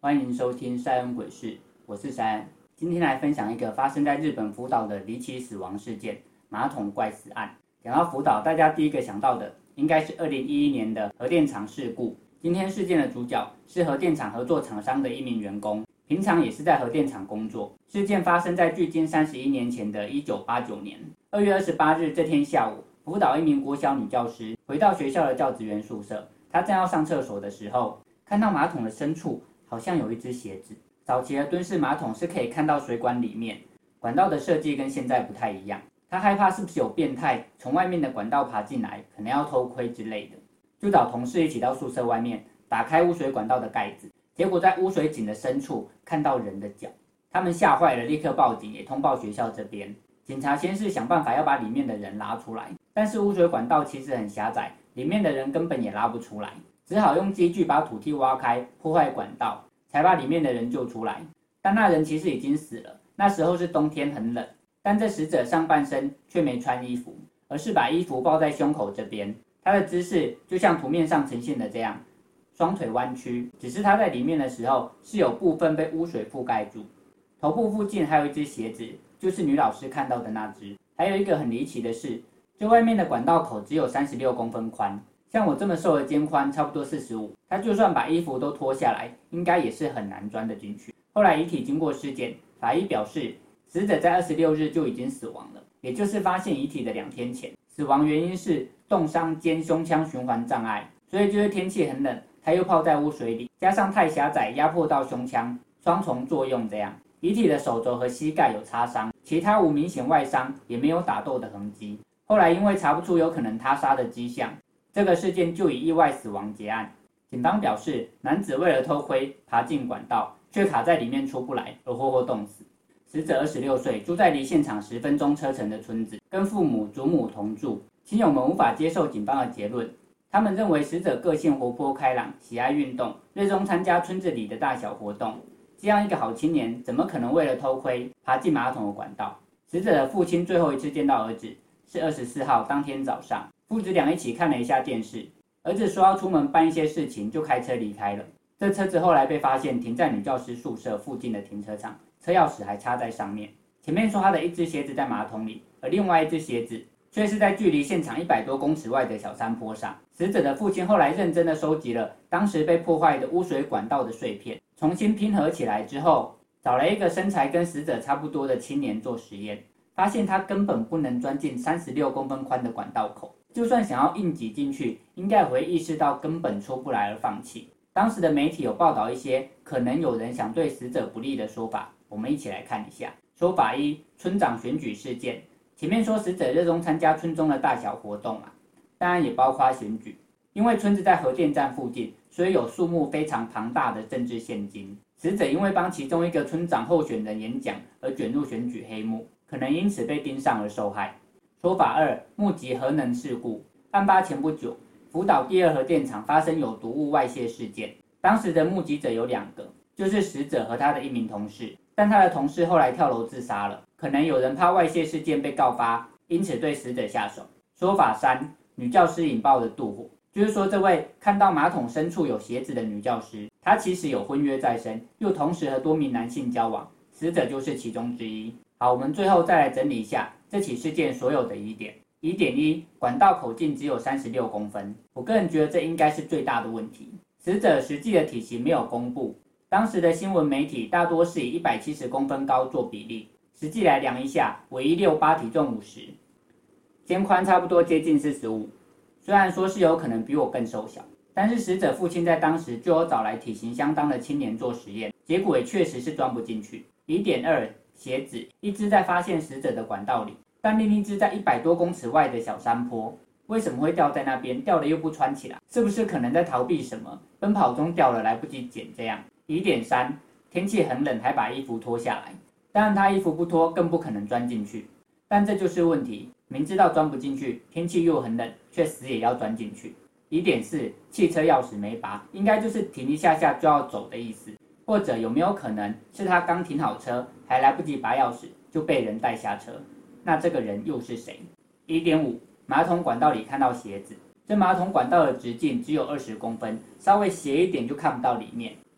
欢迎收听塞恩鬼事，我是塞恩。今天来分享一个发生在日本福岛的离奇死亡事件——马桶怪死案。讲到福岛，大家第一个想到的应该是2011年的核电厂事故。今天事件的主角是核电厂合作厂商的一名员工，平常也是在核电厂工作。事件发生在距今31年前的1989年2月28日这天下午，福岛一名国小女教师回到学校的教职员宿舍，她正要上厕所的时候，看到马桶的深处好像有一只鞋子。早期的蹲式马桶是可以看到水管里面，管道的设计跟现在不太一样。她害怕是不是有变态从外面的管道爬进来，可能要偷窥之类的，就找同事一起到宿舍外面打开污水管道的盖子，结果在污水井的深处看到人的脚。他们吓坏了，立刻报警，也通报学校这边。警察先是想办法要把里面的人拉出来，但是污水管道其实很狭窄，里面的人根本也拉不出来，只好用机具把土地挖开，破坏管道，才把里面的人救出来。但那人其实已经死了，那时候是冬天，很冷，但这死者上半身却没穿衣服，而是把衣服抱在胸口这边。他的姿势就像图面上呈现的这样，双腿弯曲，只是他在里面的时候是有部分被污水覆盖住。头部附近还有一只鞋子，就是女老师看到的那只。还有一个很离奇的是，这外面的管道口只有36公分宽，像我这么瘦的肩宽差不多45，他就算把衣服都脱下来，应该也是很难钻得进去。后来遗体经过尸检，法医表示死者在26日就已经死亡了，也就是发现遗体的2天前。死亡原因是冻伤兼胸腔循环障碍，所以就是天气很冷，他又泡在污水里，加上太狭窄压迫到胸腔，双重作用这样。遗体的手肘和膝盖有擦伤，其他无明显外伤，也没有打斗的痕迹。后来因为查不出有可能他杀的迹象，这个事件就以意外死亡结案。警方表示，男子为了偷窥爬进管道，却卡在里面出不来，而活活冻死。死者26岁，住在离现场10分钟车程的村子，跟父母、祖母同住。亲友们无法接受警方的结论，他们认为死者个性活泼开朗，喜爱运动，热衷参加村子里的大小活动。这样一个好青年，怎么可能为了偷窥爬进马桶的管道？死者的父亲最后一次见到儿子是24号当天早上，父子俩一起看了一下电视。儿子说要出门办一些事情，就开车离开了。这车子后来被发现停在女教师宿舍附近的停车场，车钥匙还插在上面。前面说他的一只鞋子在马桶里，而另外一只鞋子却是在距离现场100多公尺外的小山坡上。死者的父亲后来认真的收集了当时被破坏的污水管道的碎片，重新拼合起来之后，找了一个身材跟死者差不多的青年做实验，发现他根本不能钻进36公分宽的管道口，就算想要硬挤进去，应该会意识到根本出不来而放弃。当时的媒体有报道一些可能有人想对死者不利的说法，我们一起来看一下。说法一：村长选举事件。前面说死者热衷参加村中的大小活动当然也包括选举。因为村子在核电站附近，所以有数目非常庞大的政治现金。死者因为帮其中一个村长候选人演讲而卷入选举黑幕，可能因此被盯上而受害。说法二：目击核能事故。案发前不久，福岛第2核电厂发生有毒物外泄事件，当时的目击者有2个，就是死者和他的一名同事，但他的同事后来跳楼自杀了，可能有人怕外泄事件被告发，因此对死者下手。说法三：女教师引爆的妒火。就是说，这位看到马桶深处有鞋子的女教师，她其实有婚约在身，又同时和多名男性交往，死者就是其中之一。好，我们最后再来整理一下这起事件所有的疑点。疑点一：管道口径只有36公分，我个人觉得这应该是最大的问题。死者实际的体型没有公布，当时的新闻媒体大多是以170公分高做比例，实际来量一下，为168，体重50，肩宽差不多接近45。虽然说是有可能比我更瘦小，但是死者父亲在当时就有找来体型相当的青年做实验，结果也确实是钻不进去。疑点二：鞋子，一只在发现死者的管道里，但另一只在100多公尺外的小山坡，为什么会掉在那边？掉了又不穿起来，是不是可能在逃避什么？奔跑中掉了来不及捡这样。疑点三：天气很冷还把衣服脱下来，当然他衣服不脱更不可能钻进去，但这就是问题。明知道钻不进去，天气又很冷，却死也要钻进去。疑点四：汽车钥匙没拔，应该就是停一下下就要走的意思，或者有没有可能是他刚停好车，还来不及拔钥匙就被人带下车？那这个人又是谁？疑点五：马桶管道里看到鞋子，这马桶管道的直径只有20公分，稍微斜一点就看不到里面。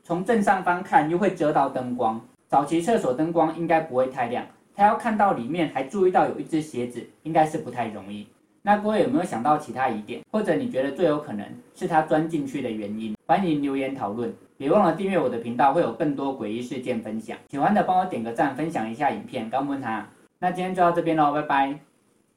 从正上方看又会遮到灯光。早期厕所灯光应该不会太亮，他要看到里面还注意到有一只鞋子，应该是不太容易。那各位有没有想到其他疑点，或者你觉得最有可能是他钻进去的原因？欢迎留言讨论，别忘了订阅我的频道，会有更多诡异事件分享。喜欢的帮我点个赞，分享一下影片，刚问他。那今天就到这边咯，拜拜。